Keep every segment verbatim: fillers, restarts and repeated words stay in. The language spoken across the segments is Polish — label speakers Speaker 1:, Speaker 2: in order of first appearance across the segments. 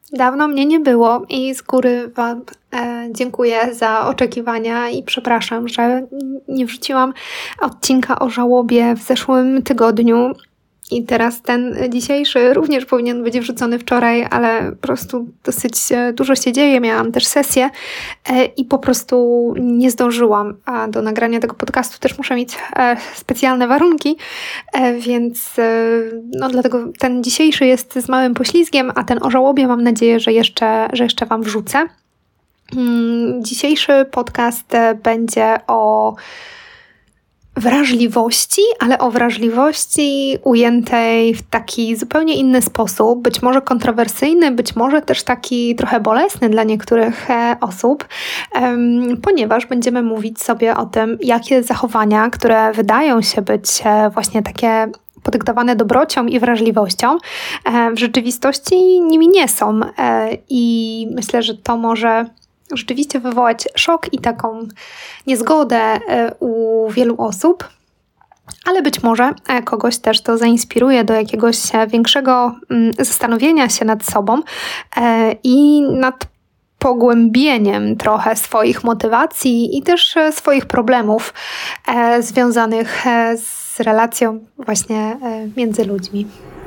Speaker 1: Dawno mnie nie było i z góry Wam e, dziękuję za oczekiwania i przepraszam, że nie wrzuciłam odcinka o żałobie w zeszłym tygodniu. I teraz ten dzisiejszy również powinien być wrzucony wczoraj, ale po prostu dosyć dużo się dzieje. Miałam też sesję i po prostu nie zdążyłam. A do nagrania tego podcastu też muszę mieć specjalne warunki, więc no dlatego ten dzisiejszy jest z małym poślizgiem, a ten o żałobie mam nadzieję, że jeszcze, że jeszcze Wam wrzucę. Dzisiejszy podcast będzie o wrażliwości, ale o wrażliwości ujętej w taki zupełnie inny sposób, być może kontrowersyjny, być może też taki trochę bolesny dla niektórych osób, ponieważ będziemy mówić sobie o tym, jakie zachowania, które wydają się być właśnie takie podyktowane dobrocią i wrażliwością, w rzeczywistości nimi nie są. I myślę, że to może rzeczywiście wywołać szok i taką niezgodę u wielu osób, ale być może kogoś też to zainspiruje do jakiegoś większego zastanowienia się nad sobą i nad pogłębieniem trochę swoich motywacji i też swoich problemów związanych z relacją właśnie między ludźmi.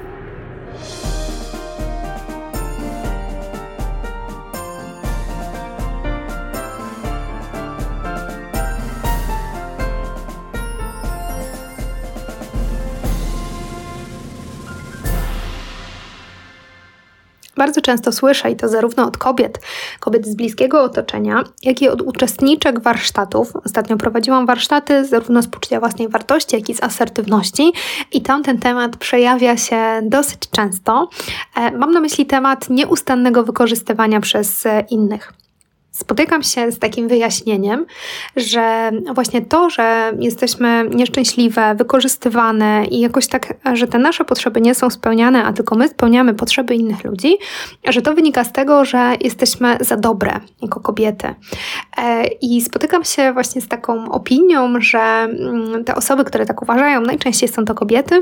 Speaker 1: Bardzo często słyszę, i to zarówno od kobiet, kobiet z bliskiego otoczenia, jak i od uczestniczek warsztatów. Ostatnio prowadziłam warsztaty zarówno z poczucia własnej wartości, jak i z asertywności i tam ten temat przejawia się dosyć często. Mam na myśli temat nieustannego wykorzystywania przez innych. Spotykam się z takim wyjaśnieniem, że właśnie to, że jesteśmy nieszczęśliwe, wykorzystywane i jakoś tak, że te nasze potrzeby nie są spełniane, a tylko my spełniamy potrzeby innych ludzi, że to wynika z tego, że jesteśmy za dobre jako kobiety. I spotykam się właśnie z taką opinią, że te osoby, które tak uważają, najczęściej są to kobiety,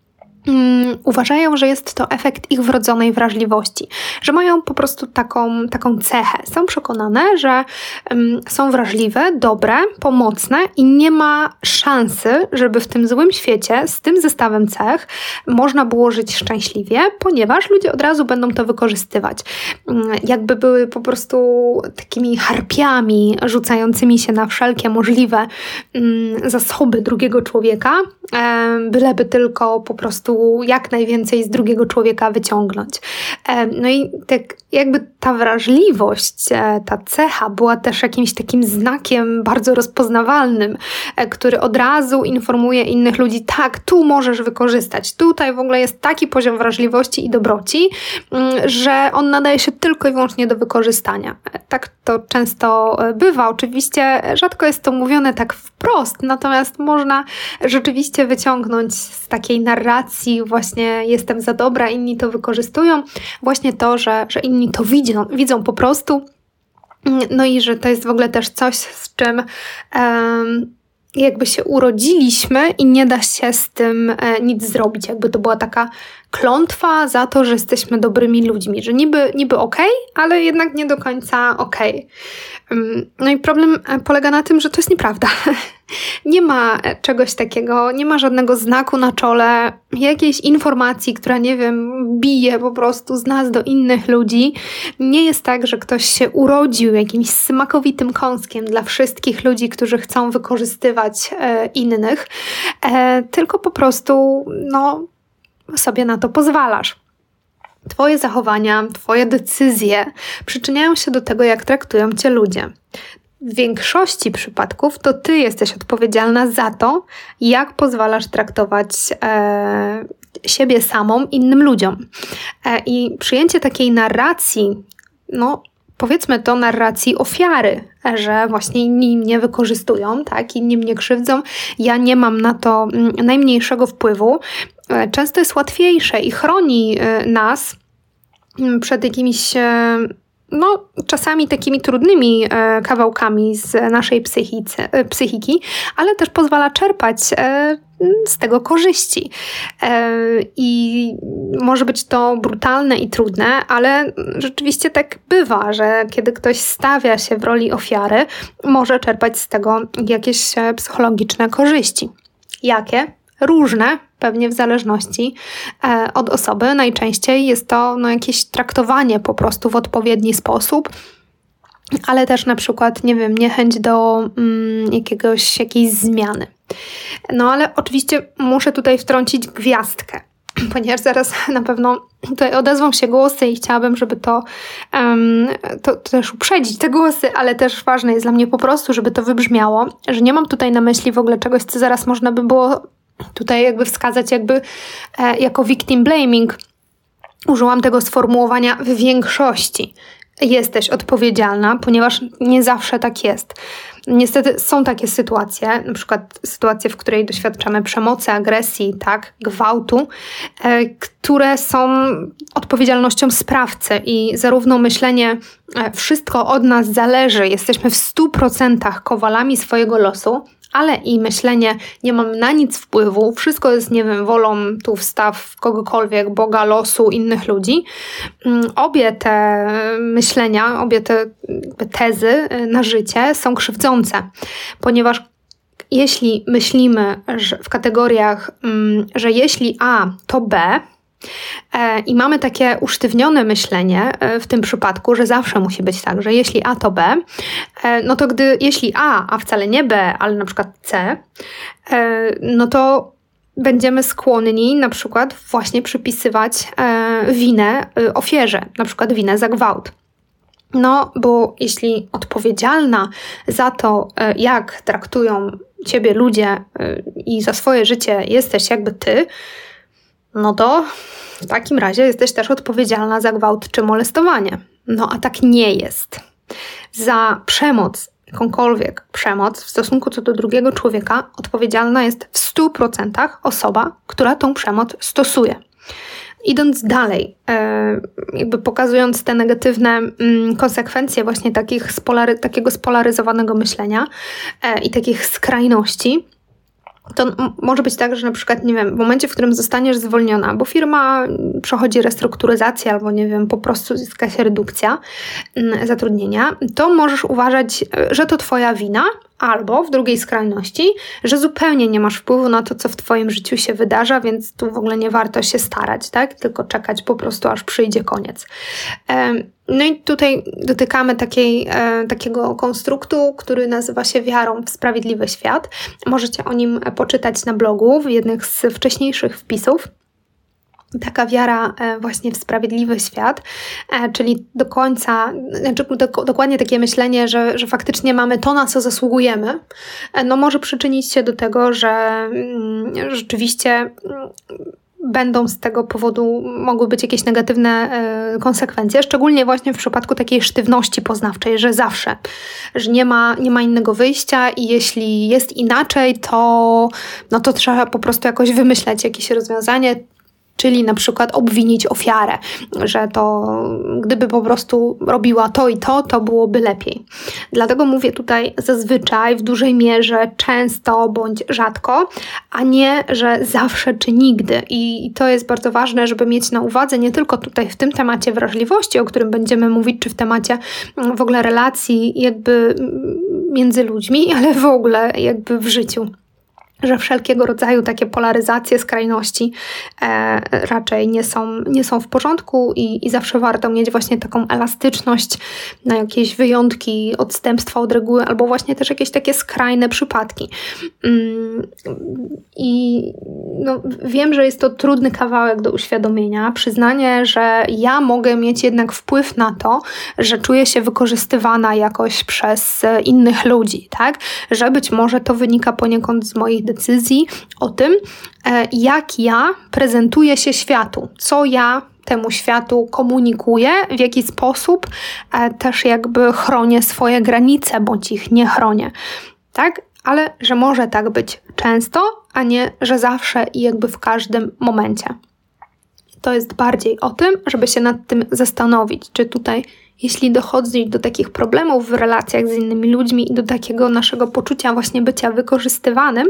Speaker 1: Um, uważają, że jest to efekt ich wrodzonej wrażliwości, że mają po prostu taką, taką cechę. Są przekonane, że um, są wrażliwe, dobre, pomocne i nie ma szansy, żeby w tym złym świecie z tym zestawem cech można było żyć szczęśliwie, ponieważ ludzie od razu będą to wykorzystywać. Um, jakby były po prostu takimi harpiami rzucającymi się na wszelkie możliwe um, zasoby drugiego człowieka, um, byleby tylko po prostu jak najwięcej z drugiego człowieka wyciągnąć. No i tak jakby ta wrażliwość, ta cecha była też jakimś takim znakiem bardzo rozpoznawalnym, który od razu informuje innych ludzi, tak, tu możesz wykorzystać, tutaj w ogóle jest taki poziom wrażliwości i dobroci, że on nadaje się tylko i wyłącznie do wykorzystania. Tak to często bywa. Oczywiście rzadko jest to mówione tak wprost, natomiast można rzeczywiście wyciągnąć z takiej narracji właśnie jestem za dobra, inni to wykorzystują, właśnie to, że, że inni to widzą, widzą po prostu, no i że to jest w ogóle też coś, z czym um, jakby się urodziliśmy i nie da się z tym e, nic zrobić, jakby to była taka klątwa za to, że jesteśmy dobrymi ludźmi, że niby, niby okej, ale jednak nie do końca okej. No i problem polega na tym, że to jest nieprawda. Nie ma czegoś takiego, nie ma żadnego znaku na czole, jakiejś informacji, która, nie wiem, bije po prostu z nas do innych ludzi. Nie jest tak, że ktoś się urodził jakimś smakowitym kąskiem dla wszystkich ludzi, którzy chcą wykorzystywać e, innych, e, tylko po prostu, no, sobie na to pozwalasz. Twoje zachowania, twoje decyzje przyczyniają się do tego, jak traktują cię ludzie. W większości przypadków to ty jesteś odpowiedzialna za to, jak pozwalasz traktować e, siebie samą innym ludziom. E, I przyjęcie takiej narracji, no powiedzmy to narracji ofiary, że właśnie inni mnie wykorzystują, tak, inni mnie krzywdzą, ja nie mam na to najmniejszego wpływu, e, często jest łatwiejsze i chroni e, nas przed jakimiś no, czasami takimi trudnymi e, kawałkami z naszej psychicy, e, psychiki, ale też pozwala czerpać e, z tego korzyści. E, I może być to brutalne i trudne, ale rzeczywiście tak bywa, że kiedy ktoś stawia się w roli ofiary, może czerpać z tego jakieś psychologiczne korzyści. Jakie? Różne, pewnie w zależności e, od osoby. Najczęściej jest to no, jakieś traktowanie po prostu w odpowiedni sposób, ale też na przykład, nie wiem, niechęć do mm, jakiegoś, jakiejś zmiany. No ale oczywiście muszę tutaj wtrącić gwiazdkę, ponieważ zaraz na pewno tutaj odezwą się głosy i chciałabym, żeby to, um, to, to też uprzedzić te głosy, ale też ważne jest dla mnie po prostu, żeby to wybrzmiało, że nie mam tutaj na myśli w ogóle czegoś, co zaraz można by było tutaj jakby wskazać jakby e, jako victim blaming. Użyłam tego sformułowania w większości. Jesteś odpowiedzialna, ponieważ nie zawsze tak jest. Niestety są takie sytuacje, na przykład sytuacje, w której doświadczamy przemocy, agresji, tak, gwałtu, e, które są odpowiedzialnością sprawcy i zarówno myślenie e, wszystko od nas zależy, jesteśmy w stu procentach kowalami swojego losu, ale i myślenie, nie mam na nic wpływu, wszystko jest, nie wiem, wolą tu wstaw kogokolwiek, Boga, losu, innych ludzi. Obie te myślenia, obie te tezy na życie są krzywdzące, ponieważ jeśli myślimy że w kategoriach, że jeśli A, to B, i mamy takie usztywnione myślenie w tym przypadku, że zawsze musi być tak, że jeśli A to B, no to gdy jeśli A, a wcale nie B, ale na przykład C, no to będziemy skłonni na przykład właśnie przypisywać winę ofierze, na przykład winę za gwałt. No, bo jeśli odpowiedzialna za to, jak traktują ciebie ludzie i za swoje życie jesteś jakby ty, no to w takim razie jesteś też odpowiedzialna za gwałt czy molestowanie. No a tak nie jest. Za przemoc, jakąkolwiek przemoc w stosunku co do drugiego człowieka odpowiedzialna jest w stu procentach osoba, która tą przemoc stosuje. Idąc dalej, jakby pokazując te negatywne konsekwencje właśnie takich spolary, takiego spolaryzowanego myślenia i takich skrajności, to może być tak, że na przykład, nie wiem, w momencie, w którym zostaniesz zwolniona, bo firma przechodzi restrukturyzację albo, nie wiem, po prostu jest jakaś redukcja zatrudnienia, to możesz uważać, że to twoja wina, albo w drugiej skrajności, że zupełnie nie masz wpływu na to, co w twoim życiu się wydarza, więc tu w ogóle nie warto się starać, tak? Tylko czekać po prostu, aż przyjdzie koniec. No i tutaj dotykamy takiej, takiego konstruktu, który nazywa się wiarą w sprawiedliwy świat. Możecie o nim poczytać na blogu w jednych z wcześniejszych wpisów. Taka wiara właśnie w sprawiedliwy świat, czyli do końca, znaczy dokładnie takie myślenie, że, że faktycznie mamy to, na co zasługujemy, no może przyczynić się do tego, że rzeczywiście będą z tego powodu mogły być jakieś negatywne y, konsekwencje, szczególnie właśnie w przypadku takiej sztywności poznawczej, że zawsze, że nie ma, nie ma innego wyjścia i jeśli jest inaczej, to, no to trzeba po prostu jakoś wymyśleć jakieś rozwiązanie, czyli na przykład obwinić ofiarę, że to gdyby po prostu robiła to i to, to byłoby lepiej. Dlatego mówię tutaj zazwyczaj, w dużej mierze, często bądź rzadko, a nie, że zawsze czy nigdy. I to jest bardzo ważne, żeby mieć na uwadze nie tylko tutaj w tym temacie wrażliwości, o którym będziemy mówić, czy w temacie w ogóle relacji jakby między ludźmi, ale w ogóle jakby w życiu. Że wszelkiego rodzaju takie polaryzacje, skrajności e, raczej nie są, nie są w porządku i, i zawsze warto mieć właśnie taką elastyczność na jakieś wyjątki, odstępstwa od reguły albo właśnie też jakieś takie skrajne przypadki. Mm, I no, wiem, że jest to trudny kawałek do uświadomienia, przyznanie, że ja mogę mieć jednak wpływ na to, że czuję się wykorzystywana jakoś przez innych ludzi, tak? Że być może to wynika poniekąd z moich decyzji o tym, jak ja prezentuję się światu, co ja temu światu komunikuję, w jaki sposób też jakby chronię swoje granice, bądź ich nie chronię, tak? Ale że może tak być często, a nie, że zawsze i jakby w każdym momencie. to jest bardziej o tym, żeby się nad tym zastanowić, czy tutaj, jeśli dochodzi do takich problemów w relacjach z innymi ludźmi i do takiego naszego poczucia właśnie bycia wykorzystywanym,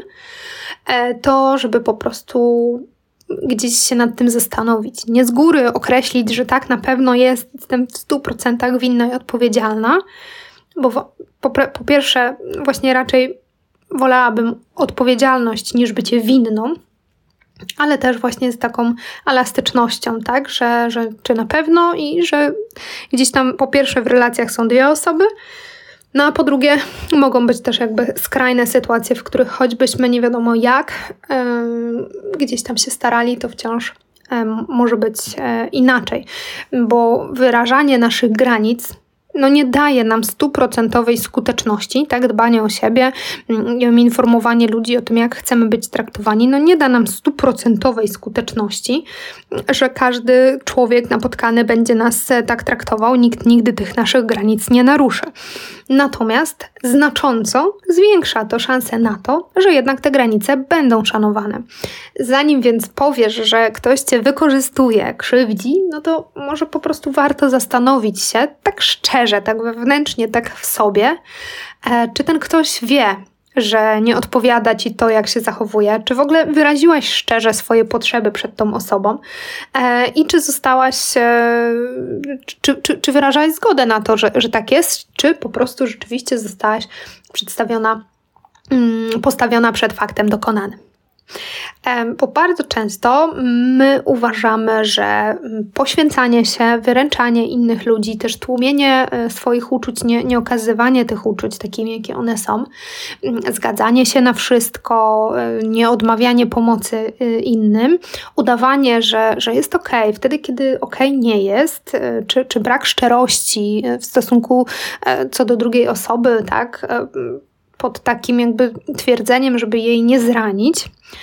Speaker 1: to żeby po prostu gdzieś się nad tym zastanowić. Nie z góry określić, że tak na pewno jest, jestem w stu procentach winna i odpowiedzialna, bo po, po pierwsze właśnie raczej wolałabym odpowiedzialność niż bycie winną, ale też właśnie z taką elastycznością, tak, że, że czy na pewno i że gdzieś tam po pierwsze w relacjach są dwie osoby, no a po drugie mogą być też jakby skrajne sytuacje, w których choćbyśmy nie wiadomo jak yy, gdzieś tam się starali, to wciąż yy, może być yy, inaczej, bo wyrażanie naszych granic no nie daje nam stuprocentowej skuteczności, tak, dbanie o siebie, informowanie ludzi o tym, jak chcemy być traktowani, no nie da nam stuprocentowej skuteczności, że każdy człowiek napotkany będzie nas tak traktował, nikt nigdy tych naszych granic nie naruszy. Natomiast znacząco zwiększa to szanse na to, że jednak te granice będą szanowane. Zanim więc powiesz, że ktoś cię wykorzystuje, krzywdzi, no to może po prostu warto zastanowić się tak szczerze, tak wewnętrznie, tak w sobie, czy ten ktoś wie, że nie odpowiada ci to, jak się zachowuje, czy w ogóle wyraziłaś szczerze swoje potrzeby przed tą osobą e, i czy zostałaś, e, czy, czy, czy wyrażałaś zgodę na to, że, że tak jest, czy po prostu rzeczywiście zostałaś przedstawiona, mm, postawiona przed faktem dokonanym. Bo bardzo często my uważamy, że poświęcanie się, wyręczanie innych ludzi, też tłumienie swoich uczuć, nie, nie okazywanie tych uczuć takimi, jakie one są, zgadzanie się na wszystko, nie odmawianie pomocy innym, udawanie, że, że jest okej, wtedy kiedy okej nie jest, czy, czy brak szczerości w stosunku co do drugiej osoby, tak, pod takim jakby twierdzeniem, żeby jej nie zranić,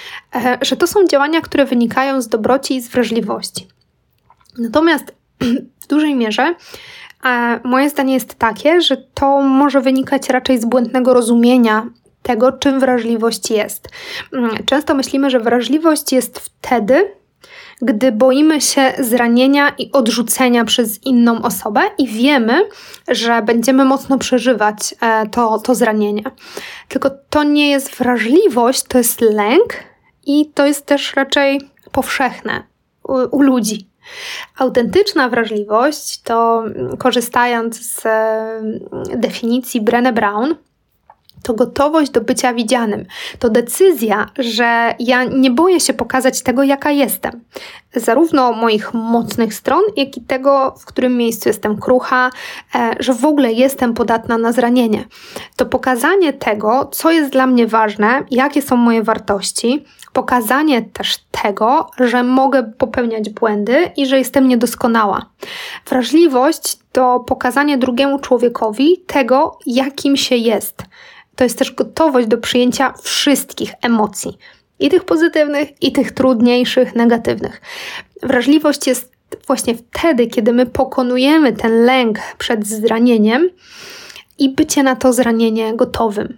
Speaker 1: że to są działania, które wynikają z dobroci i z wrażliwości. Natomiast w dużej mierze moje zdanie jest takie, że to może wynikać raczej z błędnego rozumienia tego, czym wrażliwość jest. Często myślimy, że wrażliwość jest wtedy, gdy boimy się zranienia i odrzucenia przez inną osobę i wiemy, że będziemy mocno przeżywać to, to zranienie. Tylko to nie jest wrażliwość, to jest lęk i to jest też raczej powszechne u, u ludzi. Autentyczna wrażliwość to, korzystając z definicji Brené Brown, to gotowość do bycia widzianym. To decyzja, że ja nie boję się pokazać tego, jaka jestem. Zarówno moich mocnych stron, jak i tego, w którym miejscu jestem krucha, e, że w ogóle jestem podatna na zranienie. To pokazanie tego, co jest dla mnie ważne, jakie są moje wartości, pokazanie też tego, że mogę popełniać błędy i że jestem niedoskonała. Wrażliwość to pokazanie drugiemu człowiekowi tego, jakim się jest. To jest też gotowość do przyjęcia wszystkich emocji. I tych pozytywnych, i tych trudniejszych, negatywnych. Wrażliwość jest właśnie wtedy, kiedy my pokonujemy ten lęk przed zranieniem i bycie na to zranienie gotowym.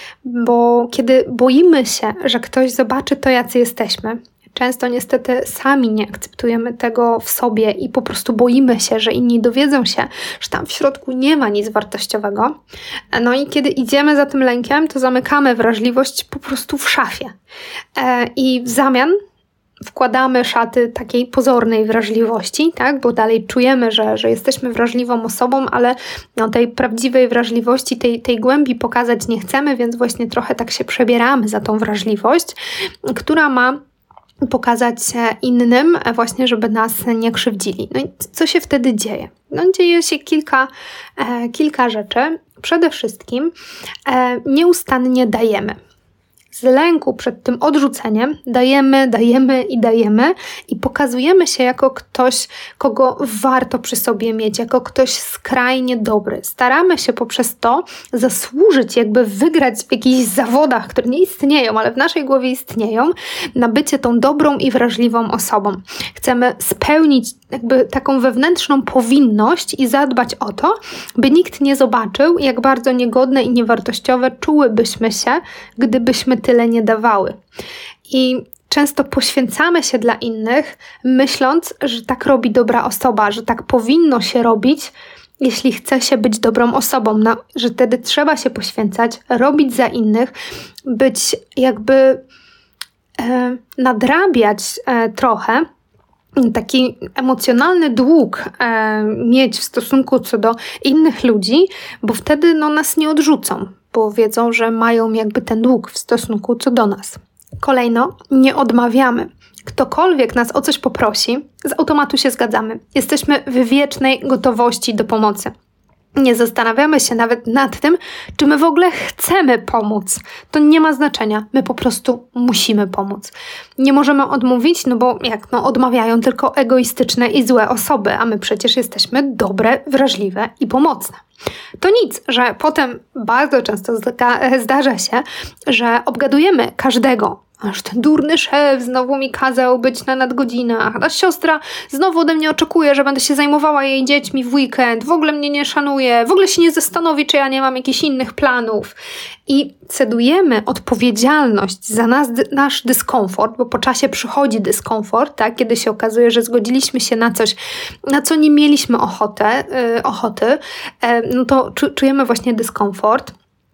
Speaker 1: Bo kiedy boimy się, że ktoś zobaczy to, jacy jesteśmy, często niestety sami nie akceptujemy tego w sobie i po prostu boimy się, że inni dowiedzą się, że tam w środku nie ma nic wartościowego. No i kiedy idziemy za tym lękiem, to zamykamy wrażliwość po prostu w szafie. I w zamian wkładamy szaty takiej pozornej wrażliwości, tak? Bo dalej czujemy, że, że jesteśmy wrażliwą osobą, ale no, tej prawdziwej wrażliwości, tej, tej głębi pokazać nie chcemy, więc właśnie trochę tak się przebieramy za tą wrażliwość, która ma pokazać innym właśnie, żeby nas nie krzywdzili. No i co się wtedy dzieje? No dzieje się kilka, e, kilka rzeczy. Przede wszystkim e, nieustannie dajemy. Z lęku przed tym odrzuceniem dajemy, dajemy i dajemy i pokazujemy się jako ktoś, kogo warto przy sobie mieć, jako ktoś skrajnie dobry. Staramy się poprzez to zasłużyć, jakby wygrać w jakichś zawodach, które nie istnieją, ale w naszej głowie istnieją, na bycie tą dobrą i wrażliwą osobą. Chcemy spełnić jakby taką wewnętrzną powinność i zadbać o to, by nikt nie zobaczył, jak bardzo niegodne i niewartościowe czułybyśmy się, gdybyśmy tyle nie dawały. I często poświęcamy się dla innych, myśląc, że tak robi dobra osoba, że tak powinno się robić, jeśli chce się być dobrą osobą, no, że wtedy trzeba się poświęcać, robić za innych, być jakby e, nadrabiać e, trochę, taki emocjonalny dług e, mieć w stosunku co do innych ludzi, bo wtedy no, nas nie odrzucą, bo wiedzą, że mają jakby ten dług w stosunku co do nas. Kolejno, nie odmawiamy. Ktokolwiek nas o coś poprosi, z automatu się zgadzamy. Jesteśmy w wiecznej gotowości do pomocy. Nie zastanawiamy się nawet nad tym, czy my w ogóle chcemy pomóc. To nie ma znaczenia. My po prostu musimy pomóc. Nie możemy odmówić, no bo jak no odmawiają tylko egoistyczne i złe osoby, a my przecież jesteśmy dobre, wrażliwe i pomocne. To nic, że potem bardzo często zdarza się, że obgadujemy każdego. Aż ten durny szef znowu mi kazał być na nadgodzinach, a siostra znowu ode mnie oczekuje, że będę się zajmowała jej dziećmi w weekend, w ogóle mnie nie szanuje, w ogóle się nie zastanowi, czy ja nie mam jakichś innych planów. I cedujemy odpowiedzialność za nas, nasz dyskomfort, bo po czasie przychodzi dyskomfort, tak? Kiedy się okazuje, że zgodziliśmy się na coś, na co nie mieliśmy ochotę, yy, ochoty, yy, no to czu- czujemy właśnie dyskomfort.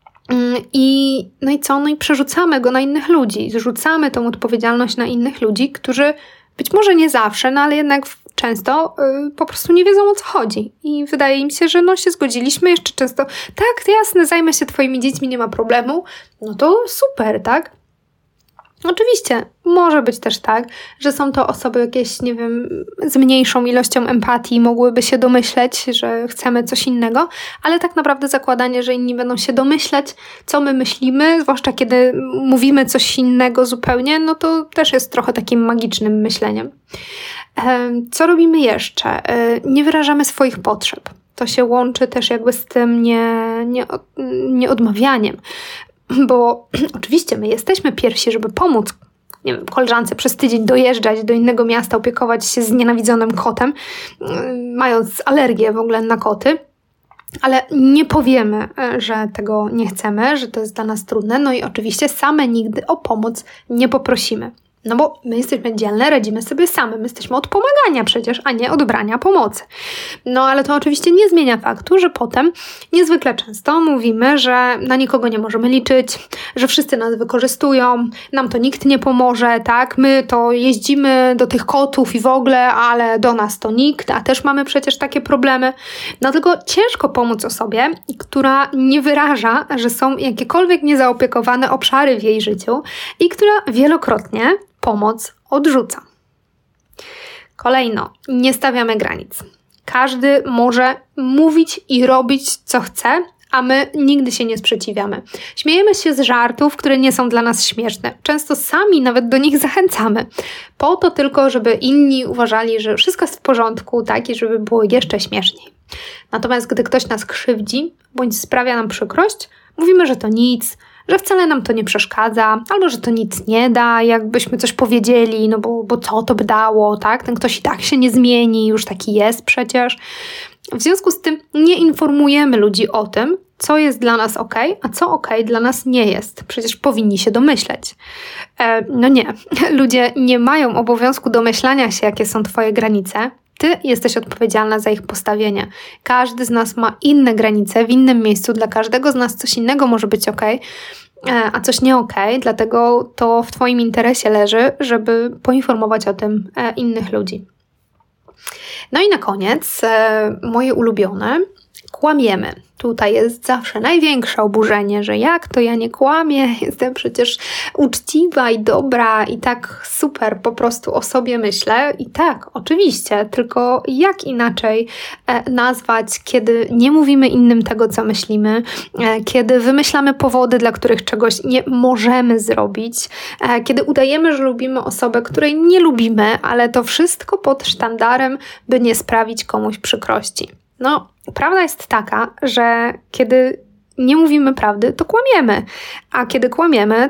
Speaker 1: I, no i co? No i przerzucamy go na innych ludzi. Zrzucamy tą odpowiedzialność na innych ludzi, którzy być może nie zawsze, no ale jednak często y, po prostu nie wiedzą, o co chodzi. I wydaje im się, że no się zgodziliśmy jeszcze często. Tak, jasne, zajmę się twoimi dziećmi, nie ma problemu. No to super, tak? Oczywiście, może być też tak, że są to osoby jakieś, nie wiem, z mniejszą ilością empatii, mogłyby się domyśleć, że chcemy coś innego, ale tak naprawdę zakładanie, że inni będą się domyślać, co my myślimy, zwłaszcza kiedy mówimy coś innego zupełnie, no to też jest trochę takim magicznym myśleniem. Co robimy jeszcze? Nie wyrażamy swoich potrzeb. To się łączy też jakby z tym nie, nie, nieodmawianiem. Bo oczywiście my jesteśmy pierwsi, żeby pomóc, nie wiem, koleżance przez tydzień dojeżdżać do innego miasta, opiekować się znienawidzonym kotem, mając alergię w ogóle na koty, ale nie powiemy, że tego nie chcemy, że to jest dla nas trudne, no i oczywiście same nigdy o pomoc nie poprosimy. No bo my jesteśmy dzielne, radzimy sobie same, my jesteśmy od pomagania przecież, a nie od brania pomocy. No ale to oczywiście nie zmienia faktu, że potem niezwykle często mówimy, że na nikogo nie możemy liczyć, że wszyscy nas wykorzystują, nam to nikt nie pomoże, tak? My to jeździmy do tych kotów i w ogóle, ale do nas to nikt, a też mamy przecież takie problemy. No tylko ciężko pomóc osobie, która nie wyraża, że są jakiekolwiek niezaopiekowane obszary w jej życiu i która wielokrotnie pomoc odrzuca. Kolejno, nie stawiamy granic. Każdy może mówić i robić, co chce, a my nigdy się nie sprzeciwiamy. Śmiejemy się z żartów, które nie są dla nas śmieszne. Często sami nawet do nich zachęcamy. Po to tylko, żeby inni uważali, że wszystko jest w porządku, tak, i żeby było jeszcze śmieszniej. Natomiast gdy ktoś nas krzywdzi, bądź sprawia nam przykrość, mówimy, że to nic, że wcale nam to nie przeszkadza, albo że to nic nie da, jakbyśmy coś powiedzieli, no bo, bo co to by dało, tak? Ten ktoś i tak się nie zmieni, już taki jest przecież. W związku z tym nie informujemy ludzi o tym, co jest dla nas ok, a co ok dla nas nie jest. Przecież powinni się domyśleć. E, no nie, ludzie nie mają obowiązku domyślania się, jakie są twoje granice. Ty jesteś odpowiedzialna za ich postawienie. Każdy z nas ma inne granice w innym miejscu. Dla każdego z nas coś innego może być ok, a coś nie ok. Dlatego to w twoim interesie leży, żeby poinformować o tym innych ludzi. No i na koniec moje ulubione. Kłamiemy. Tutaj jest zawsze największe oburzenie, że jak to ja nie kłamię, jestem przecież uczciwa i dobra i tak super po prostu o sobie myślę. I tak, oczywiście, tylko jak inaczej e, nazwać, kiedy nie mówimy innym tego, co myślimy, e, kiedy wymyślamy powody, dla których czegoś nie możemy zrobić, e, kiedy udajemy, że lubimy osobę, której nie lubimy, ale to wszystko pod sztandarem, by nie sprawić komuś przykrości. No, prawda jest taka, że kiedy nie mówimy prawdy, to kłamiemy, a kiedy kłamiemy, to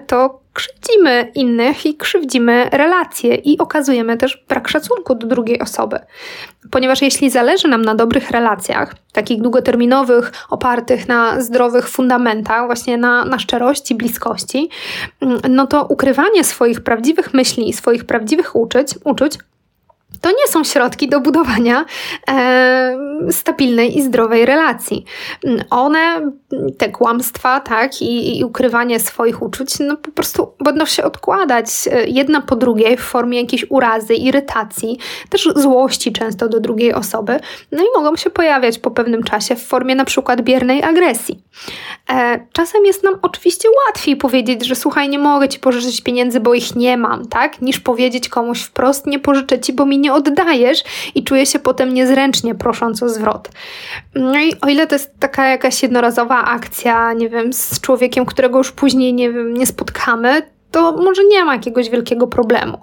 Speaker 1: krzywdzimy innych i krzywdzimy relacje i okazujemy też brak szacunku do drugiej osoby. Ponieważ jeśli zależy nam na dobrych relacjach, takich długoterminowych, opartych na zdrowych fundamentach, właśnie na, na szczerości, bliskości, no to ukrywanie swoich prawdziwych myśli i swoich prawdziwych uczuć, uczuć to nie są środki do budowania e, stabilnej i zdrowej relacji. One, te kłamstwa, tak, i, i ukrywanie swoich uczuć, no po prostu będą się odkładać jedna po drugiej w formie jakiejś urazy, irytacji, też złości często do drugiej osoby, no i mogą się pojawiać po pewnym czasie w formie na przykład biernej agresji. E, czasem jest nam oczywiście łatwiej powiedzieć, że słuchaj, nie mogę ci pożyczyć pieniędzy, bo ich nie mam, tak, niż powiedzieć komuś wprost, nie pożyczę ci, bo mi nie oddajesz i czuję się potem niezręcznie prosząc o zwrot. No i o ile to jest taka jakaś jednorazowa akcja, nie wiem, z człowiekiem, którego już później, nie wiem, nie spotkamy, to może nie ma jakiegoś wielkiego problemu.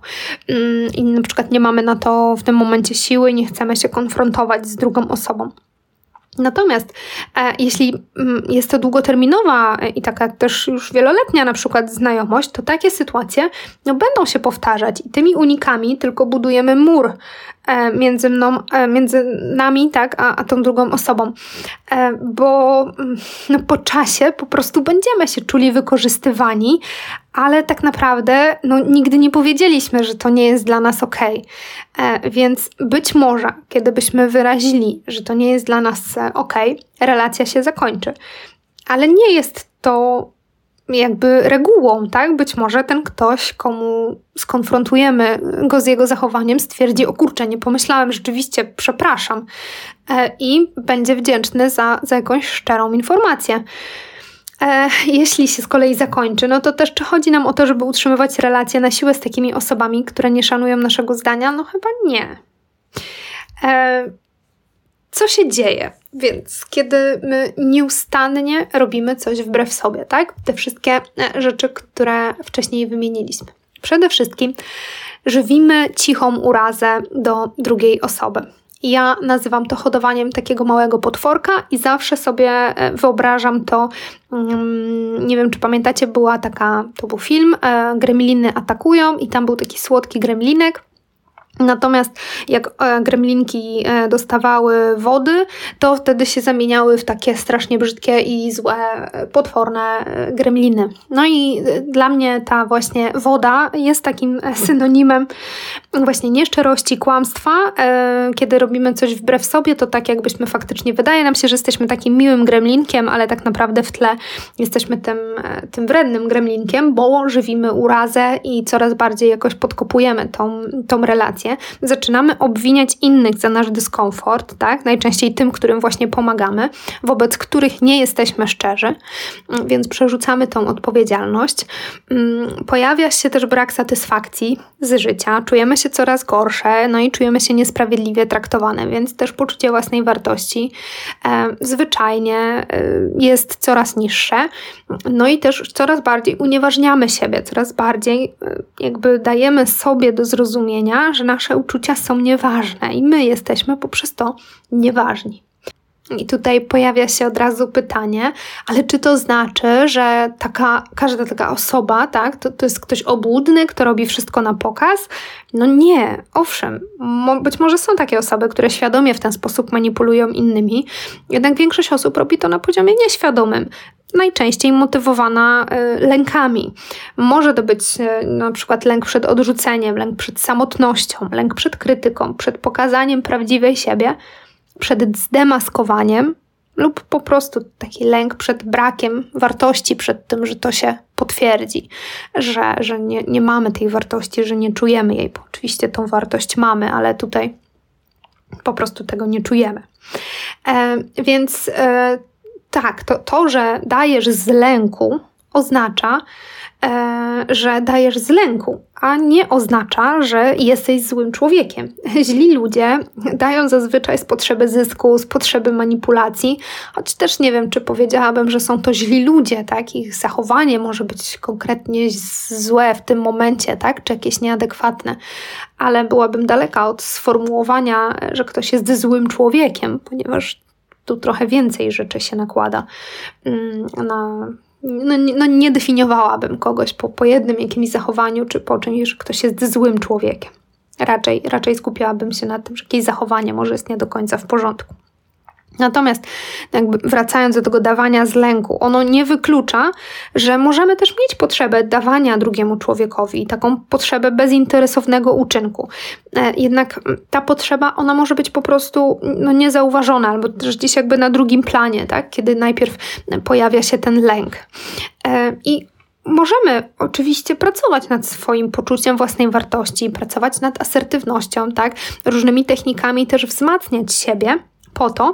Speaker 1: I na przykład nie mamy na to w tym momencie siły i nie chcemy się konfrontować z drugą osobą. Natomiast e, jeśli m, jest to długoterminowa e, i taka też już wieloletnia na przykład znajomość, to takie sytuacje no, będą się powtarzać i tymi unikami tylko budujemy mur e, między mną, e, między nami, tak, a, a tą drugą osobą. E, bo no, po czasie po prostu będziemy się czuli wykorzystywani, ale tak naprawdę no, nigdy nie powiedzieliśmy, że to nie jest dla nas okej. E, więc być może, kiedy byśmy wyrazili, że to nie jest dla nas okej, relacja się zakończy. Ale nie jest to jakby regułą, tak? Być może ten ktoś, komu skonfrontujemy go z jego zachowaniem, stwierdzi, o kurczę, nie pomyślałem, rzeczywiście, przepraszam. E, I będzie wdzięczny za, za jakąś szczerą informację. E, jeśli się z kolei zakończy, no to też czy chodzi nam o to, żeby utrzymywać relacje na siłę z takimi osobami, które nie szanują naszego zdania? No chyba nie. E, co się dzieje? Więc kiedy my nieustannie robimy coś wbrew sobie, tak? Te wszystkie rzeczy, które wcześniej wymieniliśmy. Przede wszystkim żywimy cichą urazę do drugiej osoby. Ja nazywam to hodowaniem takiego małego potworka i zawsze sobie wyobrażam to, nie wiem czy pamiętacie, była taka, to był film, Gremliny atakują i tam był taki słodki gremlinek. Natomiast jak gremlinki dostawały wody, to wtedy się zamieniały w takie strasznie brzydkie i złe, potworne gremliny. No i dla mnie ta właśnie woda jest takim synonimem właśnie nieszczerości, kłamstwa. Kiedy robimy coś wbrew sobie, to tak jakbyśmy faktycznie, wydaje nam się, że jesteśmy takim miłym gremlinkiem, ale tak naprawdę w tle jesteśmy tym, tym wrednym gremlinkiem, bo żywimy urazę i coraz bardziej jakoś podkopujemy tą, tą relację. Zaczynamy obwiniać innych za nasz dyskomfort, tak? Najczęściej tym, którym właśnie pomagamy, wobec których nie jesteśmy szczerzy, więc przerzucamy tą odpowiedzialność. Pojawia się też brak satysfakcji z życia, czujemy się coraz gorsze, no i czujemy się niesprawiedliwie traktowane, więc też poczucie własnej wartości e, zwyczajnie e, jest coraz niższe, no i też coraz bardziej unieważniamy siebie, coraz bardziej e, jakby dajemy sobie do zrozumienia, że nasze uczucia są nieważne i my jesteśmy poprzez to nieważni. I tutaj pojawia się od razu pytanie, ale czy to znaczy, że taka, każda taka osoba, tak, to, to jest ktoś obłudny, kto robi wszystko na pokaz? No nie, owszem, mo, być może są takie osoby, które świadomie w ten sposób manipulują innymi, jednak większość osób robi to na poziomie nieświadomym. Najczęściej motywowana y, lękami. Może to być y, na przykład lęk przed odrzuceniem, lęk przed samotnością, lęk przed krytyką, przed pokazaniem prawdziwej siebie, przed zdemaskowaniem lub po prostu taki lęk przed brakiem wartości, przed tym, że to się potwierdzi, że, że nie, nie mamy tej wartości, że nie czujemy jej, bo oczywiście tą wartość mamy, ale tutaj po prostu tego nie czujemy. E, więc e, tak, to, to, że dajesz z lęku, oznacza, e, że dajesz z lęku, a nie oznacza, że jesteś złym człowiekiem. Źli ludzie dają zazwyczaj z potrzeby zysku, z potrzeby manipulacji, choć też nie wiem, czy powiedziałabym, że są to źli ludzie, tak? Ich zachowanie może być konkretnie złe w tym momencie, tak? Czy jakieś nieadekwatne, ale byłabym daleka od sformułowania, że ktoś jest złym człowiekiem, ponieważ tu trochę więcej rzeczy się nakłada na no, no nie definiowałabym kogoś po, po jednym jakimś zachowaniu, czy po czymś, że ktoś jest złym człowiekiem. Raczej, raczej skupiałabym się na tym, że jakieś zachowanie może jest nie do końca w porządku. Natomiast jakby wracając do tego dawania z lęku, ono nie wyklucza, że możemy też mieć potrzebę dawania drugiemu człowiekowi, taką potrzebę bezinteresownego uczynku. Jednak ta potrzeba, ona może być po prostu no, niezauważona, albo też gdzieś jakby na drugim planie, tak? Kiedy najpierw pojawia się ten lęk. I możemy oczywiście pracować nad swoim poczuciem własnej wartości, pracować nad asertywnością, tak? Różnymi technikami też wzmacniać siebie, po to,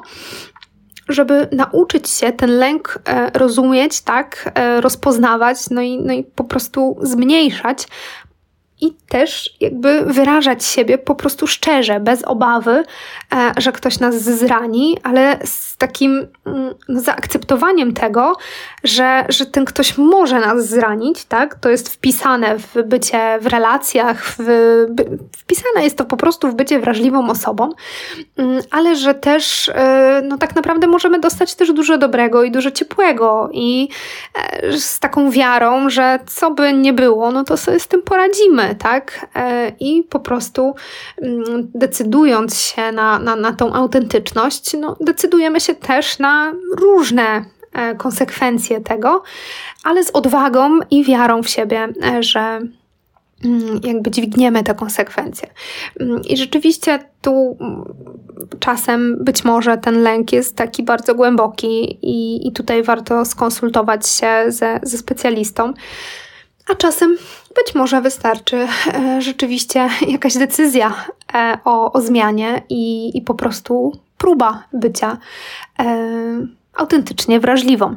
Speaker 1: żeby nauczyć się ten lęk e, rozumieć, tak, e, rozpoznawać, no i, no i po prostu zmniejszać i też jakby wyrażać siebie po prostu szczerze, bez obawy, e, że ktoś nas zrani, ale z takim mm, zaakceptowaniem tego, że, że ten ktoś może nas zranić, tak? To jest wpisane w bycie w relacjach, w, by, wpisane jest to po prostu w bycie wrażliwą osobą, mm, ale że też e, no tak naprawdę możemy dostać też dużo dobrego i dużo ciepłego i e, z taką wiarą, że co by nie było, no to sobie z tym poradzimy, tak? I po prostu decydując się na, na, na tą autentyczność, no decydujemy się też na różne konsekwencje tego, ale z odwagą i wiarą w siebie, że jakby dźwigniemy te konsekwencje. I rzeczywiście tu czasem być może ten lęk jest taki bardzo głęboki i, i tutaj warto skonsultować się ze, ze specjalistą, a czasem być może wystarczy e, rzeczywiście jakaś decyzja e, o, o zmianie i, i po prostu próba bycia e, autentycznie wrażliwą.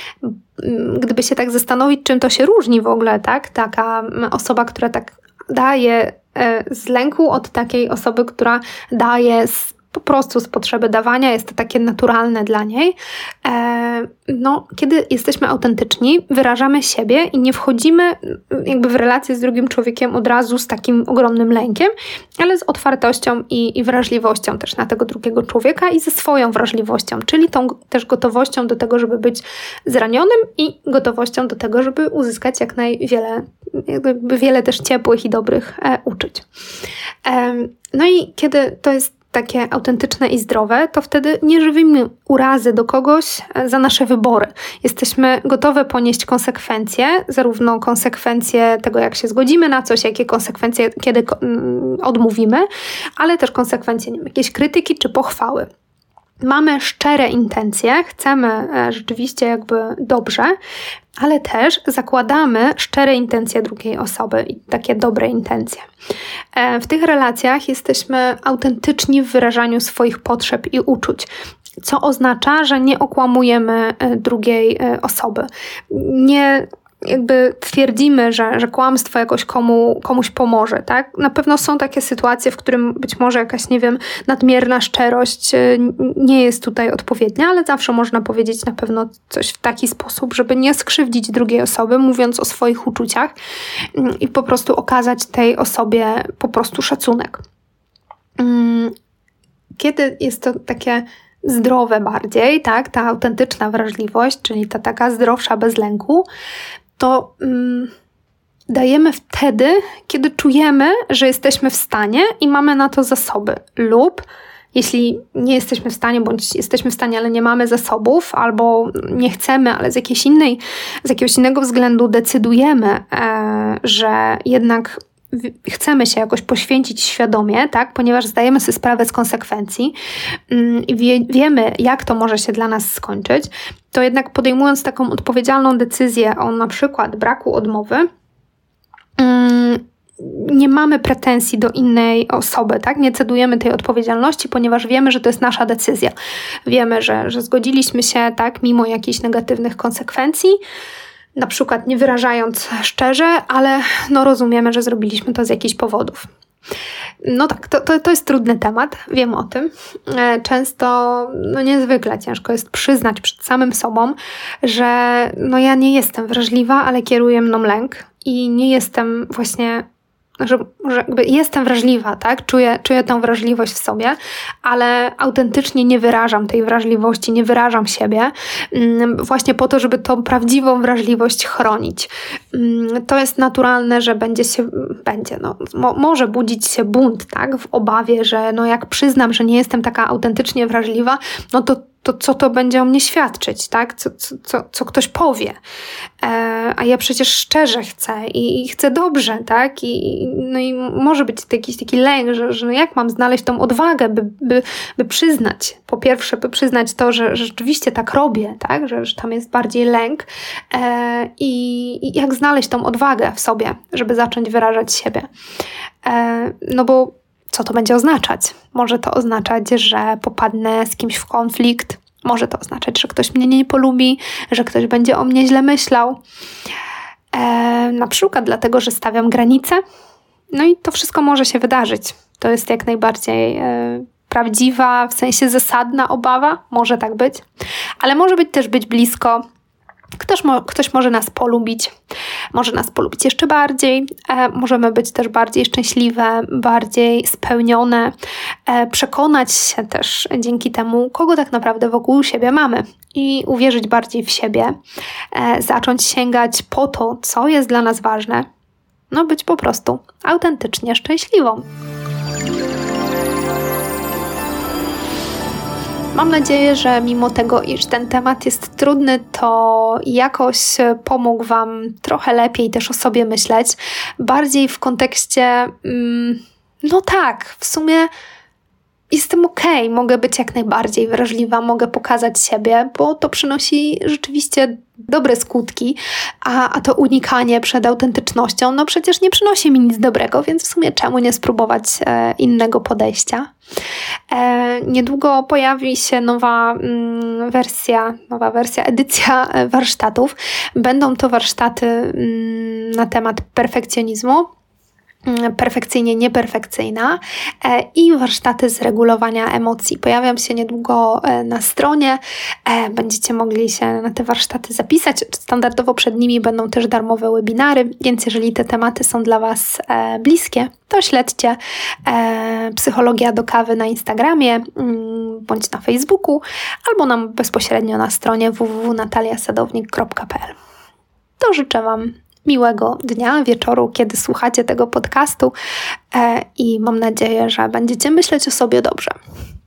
Speaker 1: Gdyby się tak zastanowić, czym to się różni w ogóle, tak? Taka osoba, która tak daje e, z lęku od takiej osoby, która daje z po prostu z potrzeby dawania, jest to takie naturalne dla niej. E, no, kiedy jesteśmy autentyczni, wyrażamy siebie i nie wchodzimy jakby w relację z drugim człowiekiem od razu z takim ogromnym lękiem, ale z otwartością i, i wrażliwością też na tego drugiego człowieka i ze swoją wrażliwością, czyli tą też gotowością do tego, żeby być zranionym i gotowością do tego, żeby uzyskać jak najwiele, jakby wiele też ciepłych i dobrych e, uczuć. E, no i kiedy to jest takie autentyczne i zdrowe, to wtedy nie żywimy urazy do kogoś za nasze wybory. Jesteśmy gotowe ponieść konsekwencje, zarówno konsekwencje tego, jak się zgodzimy na coś, jakie konsekwencje, kiedy odmówimy, ale też konsekwencje, nie wiem, jakiejś krytyki czy pochwały. Mamy szczere intencje, chcemy rzeczywiście jakby dobrze, ale też zakładamy szczere intencje drugiej osoby i takie dobre intencje. W tych relacjach jesteśmy autentyczni w wyrażaniu swoich potrzeb i uczuć, co oznacza, że nie okłamujemy drugiej osoby. Nie jakby twierdzimy, że, że kłamstwo jakoś komu, komuś pomoże, tak? Na pewno są takie sytuacje, w którym być może jakaś, nie wiem, nadmierna szczerość nie jest tutaj odpowiednia, ale zawsze można powiedzieć na pewno coś w taki sposób, żeby nie skrzywdzić drugiej osoby, mówiąc o swoich uczuciach i po prostu okazać tej osobie po prostu szacunek. Kiedy jest to takie zdrowe bardziej, tak? Ta autentyczna wrażliwość, czyli ta taka zdrowsza bez lęku, to mm, dajemy wtedy, kiedy czujemy, że jesteśmy w stanie i mamy na to zasoby. Lub jeśli nie jesteśmy w stanie, bądź jesteśmy w stanie, ale nie mamy zasobów, albo nie chcemy, ale z jakiejś innej, z jakiegoś innego względu decydujemy, e, że jednak chcemy się jakoś poświęcić świadomie, tak, ponieważ zdajemy sobie sprawę z konsekwencji i wie, wiemy, jak to może się dla nas skończyć, to jednak podejmując taką odpowiedzialną decyzję o na przykład braku odmowy, nie mamy pretensji do innej osoby, tak? Nie cedujemy tej odpowiedzialności, ponieważ wiemy, że to jest nasza decyzja. Wiemy, że, że zgodziliśmy się, tak, mimo jakichś negatywnych konsekwencji, na przykład nie wyrażając szczerze, ale no rozumiemy, że zrobiliśmy to z jakichś powodów. No tak, to, to, to jest trudny temat, wiem o tym. Często, no niezwykle ciężko jest przyznać przed samym sobą, że no ja nie jestem wrażliwa, ale kieruje mną lęk i nie jestem właśnie że, że jakby jestem wrażliwa, tak? Czuję, czuję tę wrażliwość w sobie, ale autentycznie nie wyrażam tej wrażliwości, nie wyrażam siebie właśnie po to, żeby tą prawdziwą wrażliwość chronić. To jest naturalne, że będzie się, będzie, no, mo, może budzić się bunt, tak? W obawie, że no jak przyznam, że nie jestem taka autentycznie wrażliwa, no to to co to będzie o mnie świadczyć, tak? Co, co, co, co ktoś powie. E, a ja przecież szczerze chcę i, i chcę dobrze, tak? I, no i może być jakiś taki lęk, że, że no jak mam znaleźć tą odwagę, by, by, by przyznać, po pierwsze, by przyznać to, że, że rzeczywiście tak robię, tak? Że, że tam jest bardziej lęk e, i, i jak znaleźć tą odwagę w sobie, żeby zacząć wyrażać siebie. E, no bo co to będzie oznaczać? Może to oznaczać, że popadnę z kimś w konflikt. Może to oznaczać, że ktoś mnie nie polubi, że ktoś będzie o mnie źle myślał. E, na przykład dlatego, że stawiam granice. No i to wszystko może się wydarzyć. To jest jak najbardziej e, prawdziwa, w sensie zasadna obawa. Może tak być. Ale może być też być blisko. Ktoś, mo- ktoś może nas polubić, może nas polubić jeszcze bardziej, e, możemy być też bardziej szczęśliwe, bardziej spełnione, e, przekonać się też dzięki temu, kogo tak naprawdę wokół siebie mamy i uwierzyć bardziej w siebie, e, zacząć sięgać po to, co jest dla nas ważne, no być po prostu autentycznie szczęśliwą. Mam nadzieję, że mimo tego, iż ten temat jest trudny, to jakoś pomógł Wam trochę lepiej też o sobie myśleć. Bardziej w kontekście, mm, no tak, w sumie jestem okej, okay, mogę być jak najbardziej wrażliwa, mogę pokazać siebie, bo to przynosi rzeczywiście dobre skutki, a, a to unikanie przed autentycznością, no przecież nie przynosi mi nic dobrego, więc w sumie czemu nie spróbować e, innego podejścia. E, niedługo pojawi się nowa mm, wersja, nowa wersja, edycja warsztatów. Będą to warsztaty mm, na temat perfekcjonizmu, perfekcyjnie nieperfekcyjna i warsztaty z regulowania emocji. Pojawiam się niedługo na stronie, będziecie mogli się na te warsztaty zapisać. Standardowo przed nimi będą też darmowe webinary, więc jeżeli te tematy są dla Was bliskie, to śledźcie Psychologia do kawy na Instagramie bądź na Facebooku, albo nam bezpośrednio na stronie w w w kropka natalia sadownik kropka p l. To życzę Wam miłego dnia, wieczoru, kiedy słuchacie tego podcastu e, i mam nadzieję, że będziecie myśleć o sobie dobrze.